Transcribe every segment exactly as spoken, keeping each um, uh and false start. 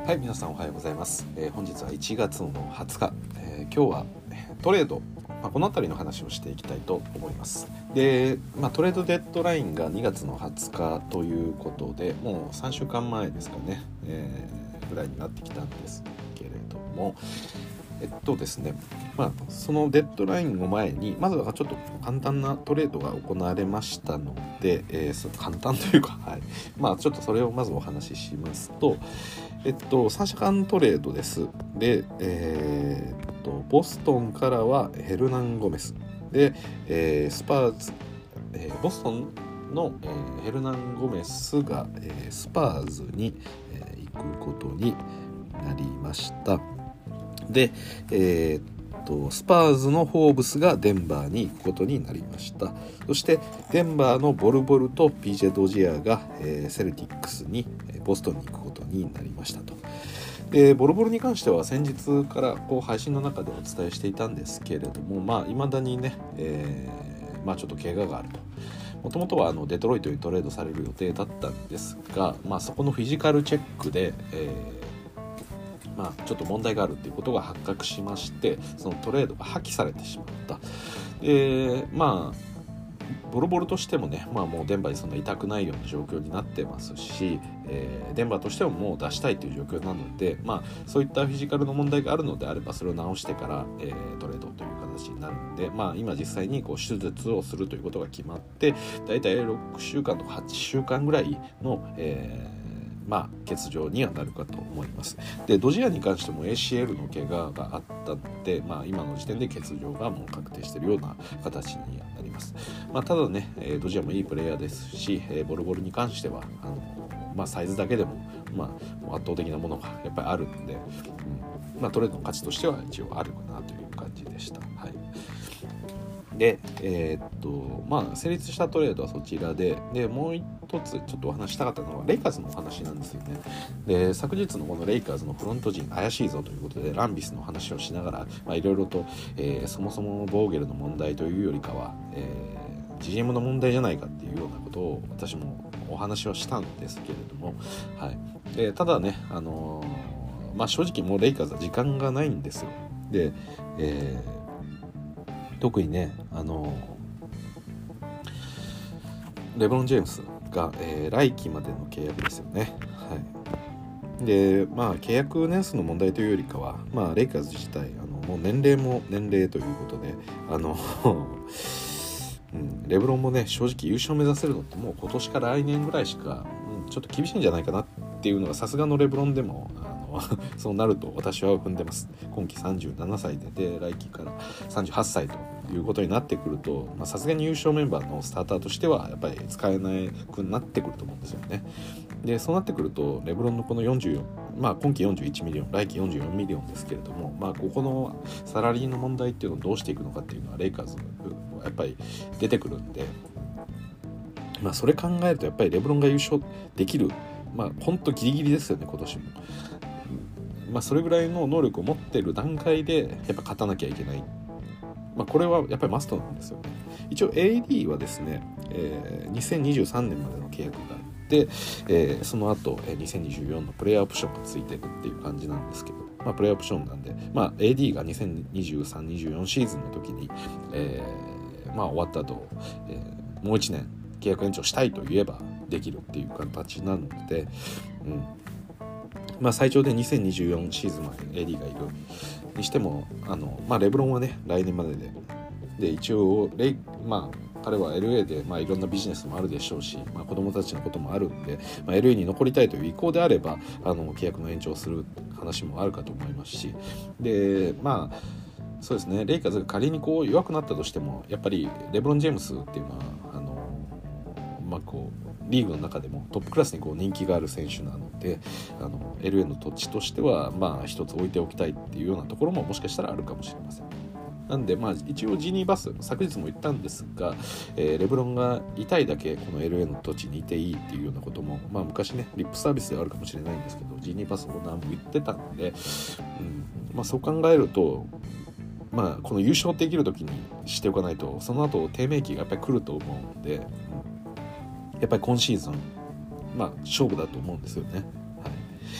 はい、皆さんおはようございます。えー、本日はいちがつのはつか、えー、今日はトレード、まあ、このあたりの話をしていきたいと思います。で、まあ、トレードデッドラインがにがつのはつかということで、もうさんしゅうかんまえですかね、えー、ぐらいになってきたんですけれども、えっとですね、まあ、そのデッドラインを前にまずはちょっと簡単なトレードが行われましたので、えー、簡単というか、はい、まあちょっとそれをまずお話ししますと、えっとさんしゃかんトレードです。で、えー、っとボストンからはヘルナン・ゴメスで、えー、スパーズ、えー、ボストンの、えー、ヘルナン・ゴメスが、えー、スパーズに、えー、行くことになりました。で、えー、っとスパーズのホーブスがデンバーに行くことになりました。そしてデンバーのボルボルと ピージェー ドジアが、えー、セルティックスにボストンに行くことになりましたと。でボルボルに関しては先日からこう配信の中でお伝えしていたんですけれども、まあ未だにね、えー、まあちょっと怪我があると。もともとはあのデトロイトにトレードされる予定だったんですが、まあ、そこのフィジカルチェックで、えーまあ、ちょっと問題があるっていうことが発覚しまして、そのトレードが破棄されてしまった。でまあボルボルとしてもね、まあ、もうデンバーにそんな痛くないような状況になってますし、えー、デンバーとしてももう出したいという状況なので、まあ、そういったフィジカルの問題があるのであればそれを直してから、えー、トレードという形になるので、まあ、今実際にこう手術をするということが決まって、だいたいろくしゅうかんとかはちしゅうかんぐらいの、えーまあ、欠場にはなるかと思います。でドジアに関しても エーシーエル の怪我があったので、まあ、今の時点で欠場がもう確定しているような形になります。まあ、ただね、ドジアもいいプレイヤーですし、ボルボルに関してはあの、まあ、サイズだけでも、まあ、圧倒的なものがやっぱりあるんで、うんまあ、トレードの価値としては一応あるかなという感じでした。はいで、えー、っとまあ成立したトレードはそちらで、でもう一つちょっとお話したかったのはレイカーズのお話なんですよね。で昨日のこのレイカーズのフロント陣怪しいぞということでランビスの話をしながら、まあ、いろいろと、えー、そもそもボーゲルの問題というよりかは、えー、ジーエム の問題じゃないかっていうようなことを私もお話はしたんですけれども、はいえー、ただね、あのーまあ、正直もうレイカーズは時間がないんですよ。で、えー特にね、あのレブロン・ジェームスが、えー、来季までの契約ですよね。はい、でまあ契約年数の問題というよりかは、まあ、レイカーズ自体あのもう年齢も年齢ということであの、うん、レブロンもね正直優勝目指せるのってもう今年から来年ぐらいしか、うん、ちょっと厳しいんじゃないかなっていうのがさすがのレブロンでもそうなると私は踏んでます。今季さんじゅうななさいでで来季からさんじゅうはっさいということになってくるとさすがに優勝メンバーのスターターとしてはやっぱり使えなくなってくると思うんですよね。でそうなってくるとレブロンのこのよんじゅうよん、まあ、今季よんじゅういちミリオン来季よんじゅうよんミリオンですけれども、まあ、ここのサラリーの問題っていうのをどうしていくのかっていうのはレイカーズはやっぱり出てくるんで、まあ、それ考えるとやっぱりレブロンが優勝できるまあ本当ギリギリですよね今年も。まあ、それぐらいの能力を持っている段階でやっぱ勝たなきゃいけない、まあ、これはやっぱりマストなんですよね。一応 エーディー はですね、えー、にせんにじゅうさんねんまでの契約があって、えー、その後にせんにじゅうよんのプレイヤーオプションがついてるっていう感じなんですけど、まあ、プレイヤーオプションなんで、まあ、エーディー がにせんにじゅうさん、にじゅうよんシーズンの時に、えーまあ、終わった後、えー、もういちねん契約延長したいと言えばできるっていう形なので、うんまあ、最長でにせんにじゅうよんシーズンまで エーディー がいるにしてもあの、まあ、レブロンはね来年まででで一応レイ、まあ、彼は エルエー で、まあ、いろんなビジネスもあるでしょうし、まあ、子供たちのこともあるんで、まあ、エルエー に残りたいという意向であればあの契約の延長する話もあるかと思いますし、でまあそうですねレイカーズが仮にこう弱くなったとしてもやっぱりレブロン・ジェームスっていうのはあのまあこうリーグの中でもトップクラスにこう人気がある選手なのであの エルエー の土地としてはまあ一つ置いておきたいっていうようなところももしかしたらあるかもしれません。なんでまあ一応ジーニーバス昨日も言ったんですが、えー、レブロンが痛いだけこの エルエー の土地にいていいっていうようなこともまあ昔ねリップサービスではあるかもしれないんですけどジーニーバスオーナーも言ってたんで、うんまあ、そう考えるとまあこの優勝できる時にしておかないとその後低迷期がやっぱり来ると思うんで、うんやっぱり今シーズン、まあ、勝負だと思うんですよね。はい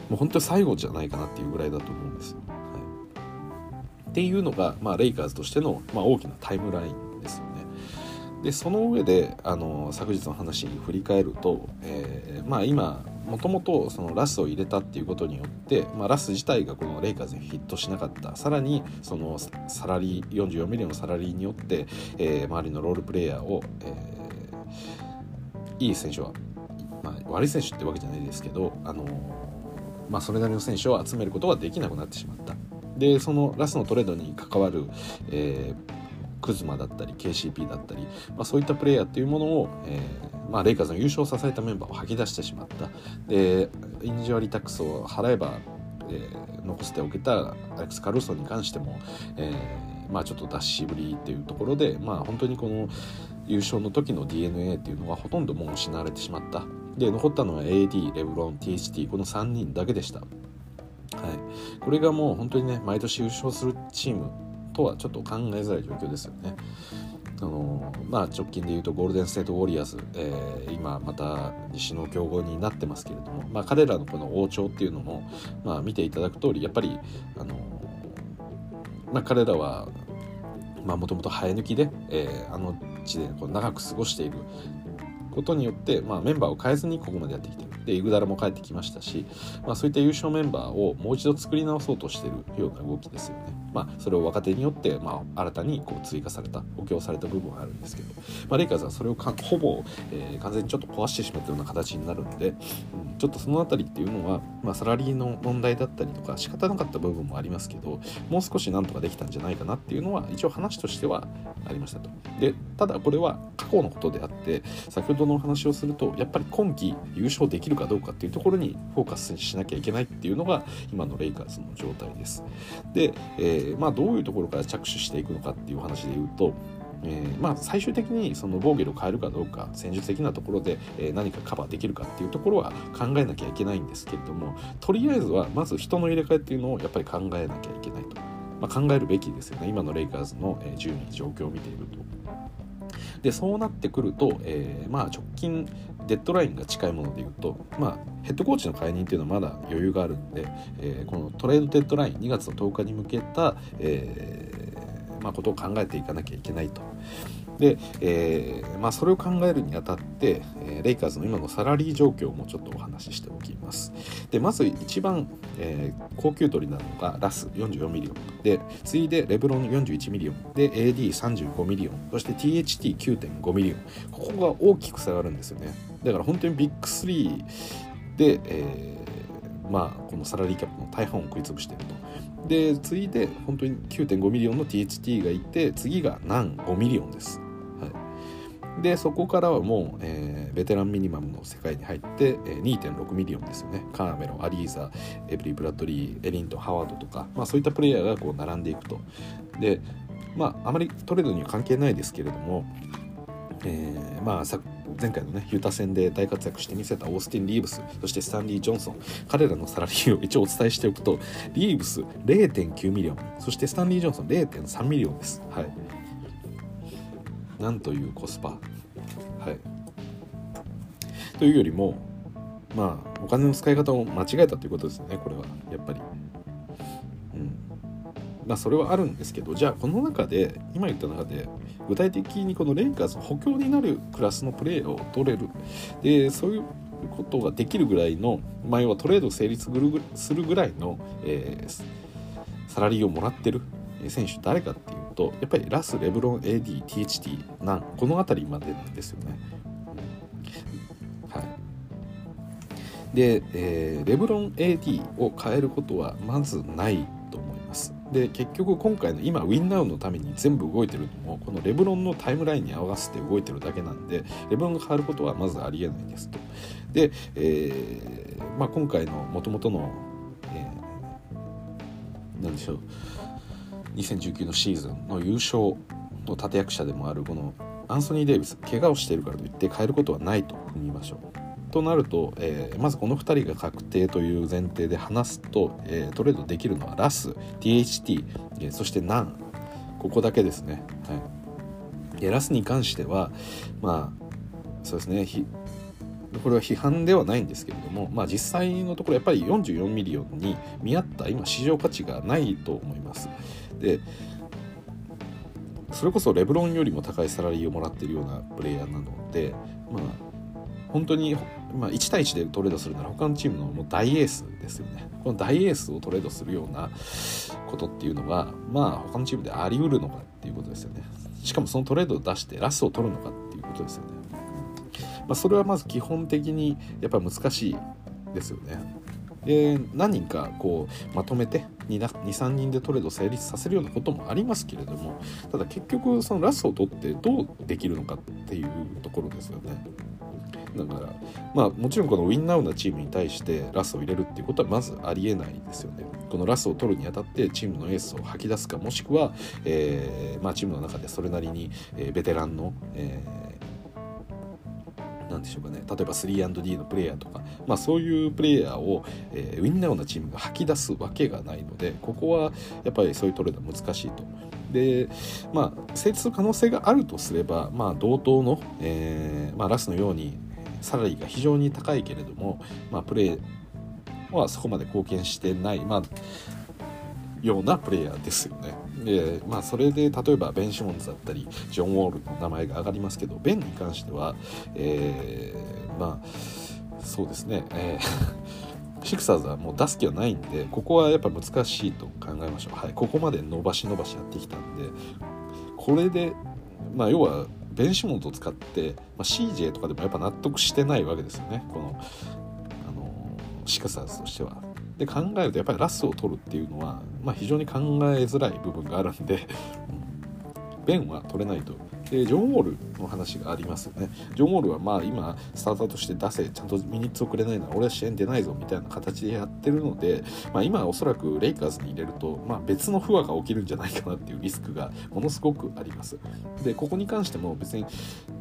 もう本当に最後じゃないかなっていうぐらいだと思うんですよ、はい、っていうのが、まあ、レイカーズとしての、まあ、大きなタイムラインですよね。でその上であの昨日の話に振り返ると、えーまあ、今もともとそのラスを入れたっていうことによって、まあ、ラス自体がこのレイカーズにフィットしなかった、さらにそのサラリーよんじゅうよんミリオンのサラリーによって、えー、周りのロールプレイヤーを、えー、いい選手は、まあ、悪い選手ってわけじゃないですけど、あのまあ、それなりの選手を集めることができなくなってしまった。でそのラスのトレードに関わる、えークズマだったり ケーシーピー だったり、まあ、そういったプレイヤーっていうものを、えーまあ、レイカーズの優勝を支えたメンバーを吐き出してしまった。でインジュアリータックスを払えば、えー、残しておけたアレックス・カルーソに関しても、えーまあ、ちょっと出しぶりっていうところで、まあ、本当にこの優勝の時の ディーエヌエー っていうのはほとんどもう失われてしまった。で残ったのは エーディー、レブロン、ティーエイチティー このさんにんだけでした、はい、これがもう本当にね毎年優勝するチームとはちょっと考えづらい状況ですよね。あのまあ、直近でいうとゴールデンステートウォリアーズ、えー、今また西の強豪になってますけれども、まあ、彼らのこの王朝っていうのも、まあ、見ていただく通りやっぱりあの、まあ、彼らはもともと生え抜きで、えー、あの地でこう長く過ごしていることによって、まあ、メンバーを変えずにここまでやってきてる。でイグダラも帰ってきましたし、まあ、そういった優勝メンバーをもう一度作り直そうとしているような動きですよね。まあ、それを若手によって、まあ、新たにこう追加された補強された部分はあるんですけど、まあ、レイカーズはそれをかほぼ、えー、完全にちょっと壊してしまったような形になるんで、うん、ちょっとそのあたりっていうのは、まあ、サラリーの問題だったりとか仕方なかった部分もありますけど、もう少しなんとかできたんじゃないかなっていうのは一応話としてはありましたと。でただこれは過去のことであって、先ほどのお話をするとやっぱり今季優勝できるかどうかっていうところにフォーカスしなきゃいけないっていうのが今のレイカーズの状態です。で、えーまあ、どういうところから着手していくのかっていう話で言うと、えーまあ、最終的にそのボーゲルを変えるかどうか戦術的なところで、えー、何かカバーできるかっていうところは考えなきゃいけないんですけれども、とりあえずはまず人の入れ替えっていうのをやっぱり考えなきゃいけないと、まあ、考えるべきですよね、今のレイカーズの順位状況を見ていると。でそうなってくると、えーまあ、直近デッドラインが近いものでいうと、まあ、ヘッドコーチの解任っていうのはまだ余裕があるんで、えー、このトレードデッドラインにがつのとおかに向けた、えーまあ、ことを考えていかなきゃいけないと。で、えーまあ、それを考えるにあたって、えー、レイカーズの今のサラリー状況もちょっとお話ししておきます。でまず一番、えー、高級取りなのがラスよんじゅうよんミリオンで、次いでレブロンよんじゅういちミリオンで エーディーさんじゅうごミリオン、そして ティーエイチティーきゅうてんごミリオン、ここが大きく下がるんですよね。だから本当にビッグスリーで、えーまあ、このサラリーキャップの大半を食い潰していると。で次いで本当に きゅうてんごミリオンの ティーエイチティー がいて、次がナンごミリオンです。はい、でそこからはもう、えー、ベテランミニマムの世界に入って、えー、にてんろくミリオンですよね。カーメロ、アリーザ、エブリー・ブラッドリー、エリントン、ハワードとか、まあ、そういったプレイヤーがこう並んでいくと。でまああまりトレードには関係ないですけれども、えー、まあ前回のねユタ戦で大活躍してみせたオースティン・リーブス、そしてスタンリー・ジョンソン、彼らのサラリーを一応お伝えしておくと、リーブス れいてんきゅうミリオン、そしてスタンリー・ジョンソン れいてんさんミリオンです。はい、なんというコスパ。はい、というよりもまあお金の使い方を間違えたということですよね、これはやっぱり。うんまあそれはあるんですけど、じゃあこの中で今言った中で具体的にこのレイカーズの補強になるクラスのプレーヤーを取れる、でそういうことができるぐらいの、まあ、要はトレード成立するぐらいの、えー、サラリーをもらってる選手誰かっていうと、やっぱりラス、レブロン、エーディー、ティーエイチティー、ナン、この辺りまでなんですよね。はい、で、えー、レブロン エーディー を変えることはまずないと思います。で結局今回の今ウィンナウのために全部動いてるのもこのレブロンのタイムラインに合わせて動いてるだけなんで、レブロンが変わることはまずありえないですと。で、えーまあ、今回の元々の、えー、なんでしょうにせんじゅうきゅうのシーズンの優勝の立役者でもあるこのアンソニー・デイビス、怪我をしているからといって変えることはないと踏みましょう。となると、えー、まずこのふたりが確定という前提で話すと、えー、トレードできるのはラス、ティーエイチティー、えー、そしてナン、ここだけですね。はい、でラスに関してはまあそうですね、 これは批判ではないんですけれども、まあ、実際のところやっぱりよんじゅうよんミリオンに見合った今市場価値がないと思います。でそれこそレブロンよりも高いサラリーをもらっているようなプレイヤーなので、まあ、本当に、まあ、いち対いちでトレードするなら他のチームのもう大エースですよね。この大エースをトレードするようなことっていうのは、まあ、他のチームであり得るのかっていうことですよね。しかもそのトレードを出してラスを取るのかっていうことですよね。まあ、それはまず基本的にやっぱり難しいですよね。で何人かこうまとめて にさんにんでトレードを成立させるようなこともありますけれども、ただ結局そのラスを取ってどうできるのかっていうところですよね。だからまあもちろんこのウィンナウなチームに対してラスを入れるっていうことはまずありえないですよね。このラスを取るにあたってチームのエースを吐き出すか、もしくは、えーまあ、チームの中でそれなりに、えー、ベテランの、えーなんでしょうかね、例えば スリーアンドディー のプレイヤーとか、まあ、そういうプレイヤーを、えー、ウィンナウなチームが吐き出すわけがないので、ここはやっぱりそういうトレードは難しいと。でまあ成立する可能性があるとすれば、まあ、同等の、えーまあ、ラスのようにサラリーが非常に高いけれども、まあ、プレーはそこまで貢献してない、まあ、ようなプレイヤーですよね。でまあ、それで例えばベン・シモンズだったりジョン・ウォールの名前が挙がりますけど、ベンに関しては、えー、まあそうですね、えー、シクサーズはもう出す気はないんで、ここはやっぱ難しいと考えましょう。はい、ここまで伸ばし伸ばしやってきたんで、これで、まあ、要はベン・シモンズを使って、まあ、シージェー とかでもやっぱ納得してないわけですよね、この、あのシクサーズとしては。で考えるとやっぱりラスを取るっていうのは、まあ、非常に考えづらい部分があるんで、うん、ベンは取れないと。でジョン・ウォールの話がありますよね。ジョン・ウォールはまあ今スターターとして出せ、ちゃんとミニッツをくれないなら俺は試合に出ないぞみたいな形でやってるので、まあ、今はおそらくレイカーズに入れると、まあ、別の不和が起きるんじゃないかなっていうリスクがものすごくあります。でここに関しても別に、うん、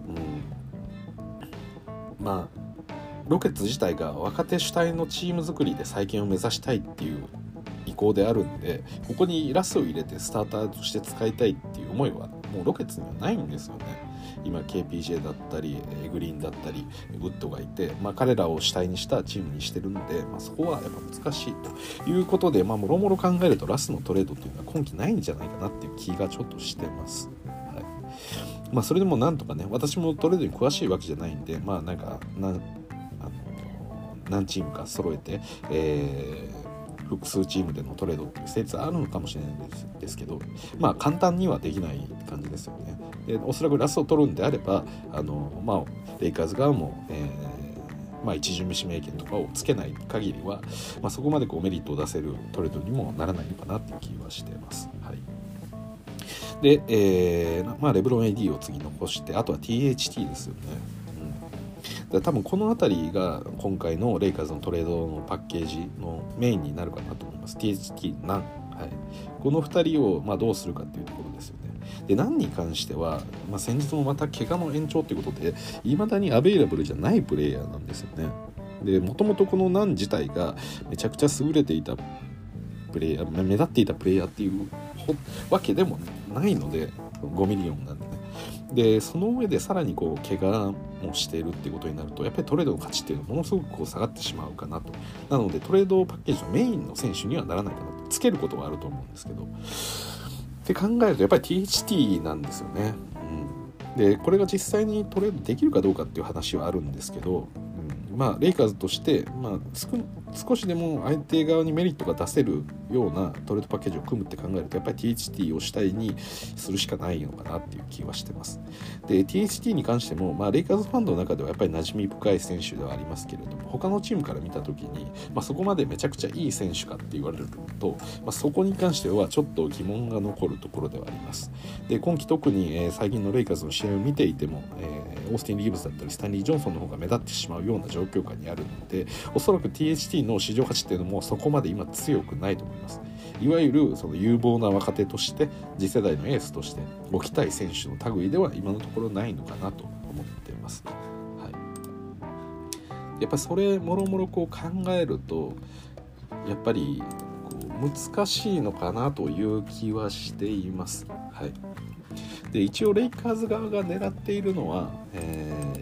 まあロケッツ自体が若手主体のチーム作りで再建を目指したいっていう意向であるんで、ここにラスを入れてスターターとして使いたいっていう思いはもうロケッツにはないんですよね。今 ケーピージェー だったりグリーンだったりウッドがいて、まあ、彼らを主体にしたチームにしてるんで、まあ、そこはやっぱ難しいということで、まあ、もろもろ考えるとラスのトレードっていうのは今季ないんじゃないかなっていう気がちょっとしてます。はい、まあ、それでもなんとかね、私もトレードに詳しいわけじゃないんで、まあなんかな何チームか揃えて、えー、複数チームでのトレードっていう説あるのかもしれないですですけど、まあ簡単にはできない感じですよね。でおそらくラスを取るんであれば、あの、まあ、レイカーズ側も、えーまあ、一巡目指名権とかをつけない限りは、まあ、そこまでこうメリットを出せるトレードにもならないのかなっていう気はしています。はい、で、えーまあ、レブロン エーディー を次残して、あとは ティーエイチティー ですよね。多分この辺りが今回のレイカーズのトレードのパッケージのメインになるかなと思います。 ティーエイチティー ナン、はい、このふたりをまあどうするかっていうところですよね。でナンに関しては、まあ、先日もまた怪我の延長ということでいまだにアベイラブルじゃないプレイヤーなんですよね。でもともとこのナン自体がめちゃくちゃ優れていたプレイヤー、目立っていたプレイヤーっていうわけでもないので、ごミリオンなんでね。でその上でさらにこう怪我もしているっていうことになると、やっぱりトレードの価値っていうのはものすごくこう下がってしまうかなと。なのでトレードパッケージのメインの選手にはならないかなと、つけることはあると思うんですけど、って考えるとやっぱり ティーエイチティー なんですよね。うん、でこれが実際にトレードできるかどうかっていう話はあるんですけど、うん、まあレイカーズとして、まあ、少しでも相手側にメリットが出せるようなトレードパッケージを組むって考えると、やっぱり ティーエイチティー を主体にするしかないのかなっていう気はしてます。で ティーエイチティー に関しても、まあ、レイカーズファンの中ではやっぱり馴染み深い選手ではありますけれども、他のチームから見た時に、まあ、そこまでめちゃくちゃいい選手かって言われると、まあ、そこに関してはちょっと疑問が残るところではあります。で今季特に、えー、最近のレイカーズの試合を見ていても、えー、オースティン・リーブスだったりスタンリー・ジョンソンの方が目立ってしまうような状況下にあるので、おそらく ティーエイチティー の市場価値っていうのもそこまで今強くないと思います。いわゆるその有望な若手として次世代のエースとして置きたい選手の類では今のところないのかなと思っています。はい、やっぱりそれもろもろこう考えるとやっぱりこう難しいのかなという気はしています。はい、で一応レイカーズ側が狙っているのは、えー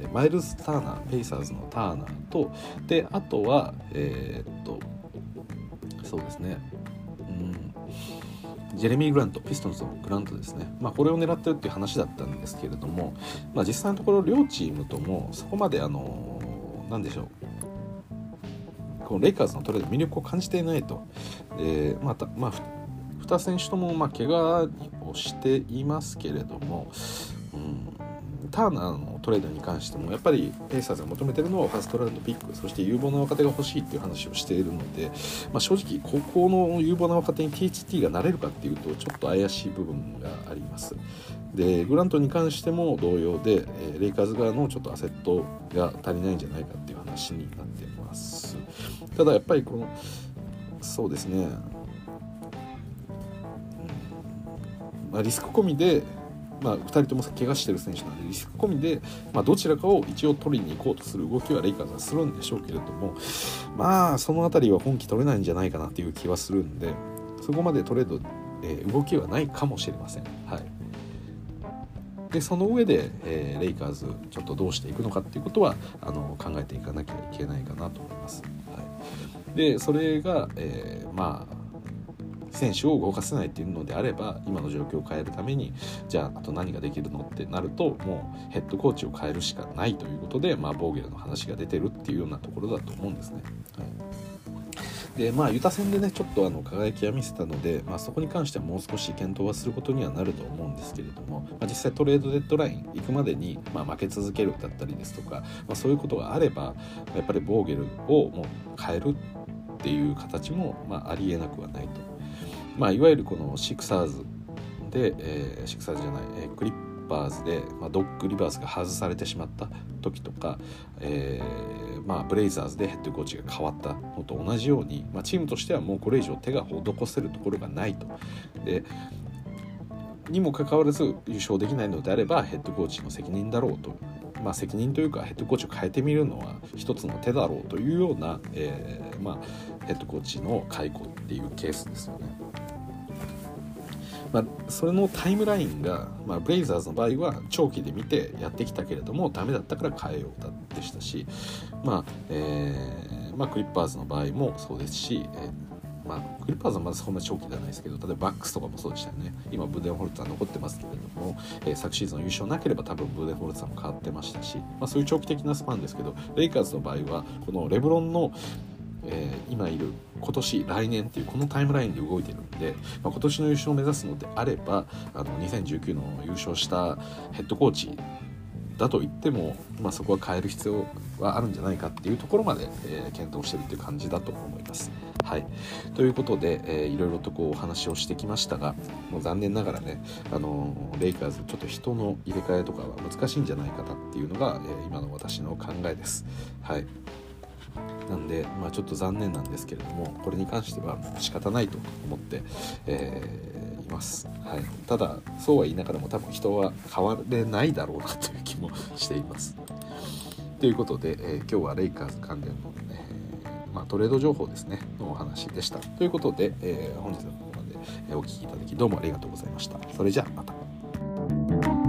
ー、マイルズ・ターナー、ペイサーズのターナーと、であとはえー、っとそうですね、うん、ジェレミー・グラント、ピストンズのグラントですね、まあ、これを狙ってるっていう話だったんですけれども、まあ、実際のところ両チームともそこまであのなんでしょう、このレイカーズのトレード魅力を感じていないと。でまた、まあ、に選手ともまあ怪我をしていますけれども、うん、ターナーのトレードに関してもやっぱりペイサーズが求めているのはファーストラウンドピック、そして有望な若手が欲しいっていう話をしているので、まあ、正直高校の有望な若手に ティーエイチティー がなれるかっていうとちょっと怪しい部分があります。でグラントに関しても同様で、えー、レイカーズ側のちょっとアセットが足りないんじゃないかっていう話になっています。ただやっぱりこのそうですね、まあ、リスク込みで、まあ、ふたりとも怪我してる選手なのでリスク込みで、まあ、どちらかを一応取りに行こうとする動きはレイカーズはするんでしょうけれども、まあそのあたりは本気取れないんじゃないかなっていう気はするんで、そこまでトレード、えー、動きはないかもしれません。はい。でその上で、えー、レイカーズちょっとどうしていくのかっていうことはあの考えていかなきゃいけないかなと思います。はい、でそれが、えー、まあ選手を動かせないっていうのであれば今の状況を変えるためにじゃああと何ができるのってなるともうヘッドコーチを変えるしかないということで、まあ、ボーゲルの話が出てるっていうようなところだと思うんですね。はい、でまあユタ戦でねちょっとあの輝きは見せたので、まあ、そこに関してはもう少し検討はすることにはなると思うんですけれども、まあ、実際トレードデッドライン行くまでに、まあ、負け続けるだったりですとか、まあ、そういうことがあればやっぱりボーゲルをもう変えるっていう形も、まあ、ありえなくはないと。まあ、いわゆるこのシクサーズで、えー、シクサーズじゃない、えー、クリッパーズで、まあ、ドッグ・リバースが外されてしまった時とか、えーまあ、ブレイザーズでヘッドコーチが変わったのと同じように、まあ、チームとしてはもうこれ以上手が施せるところがないと。でにもかかわらず優勝できないのであればヘッドコーチの責任だろうと、まあ、責任というかヘッドコーチを変えてみるのは一つの手だろうというような、えーまあ、ヘッドコーチの解雇っていうケースですよね。まあ、それのタイムラインが、まあ、ブレイザーズの場合は長期で見てやってきたけれどもダメだったから変えようだでしたし、まあえーまあ、クリッパーズの場合もそうですし、えーまあ、クリッパーズはまだそんな長期ではないですけど、例えばバックスとかもそうでしたよね。今ブーデンホルツァー残ってますけれども、えー、昨シーズンの優勝なければ多分ブーデンホルツァーも変わってましたし、まあ、そういう長期的なスパンですけど、レイカーズの場合はこのレブロンのえー、今いる今年来年っていうこのタイムラインで動いてるんで、まあ、今年の優勝を目指すのであればあのにせんじゅうきゅうの優勝したヘッドコーチだと言っても、まあ、そこは変える必要はあるんじゃないかっていうところまで、えー、検討してるっていう感じだと思います。はい、ということで、えー、いろいろとこうお話をしてきましたが、もう残念ながらね、あのー、レイカーズちょっと人の入れ替えとかは難しいんじゃないかなっていうのが、えー、今の私の考えです。はいなんで、まあ、ちょっと残念なんですけれどもこれに関しては仕方ないと思って、えー、います、はい、ただそうは言いながらも多分人は変われないだろうなという気もしています。ということで、えー、今日はレイカーズ関連の、えーまあ、トレード情報ですねのお話でした。ということで、えー、本日はここまでお聞きいただきどうもありがとうございました。それじゃあまた。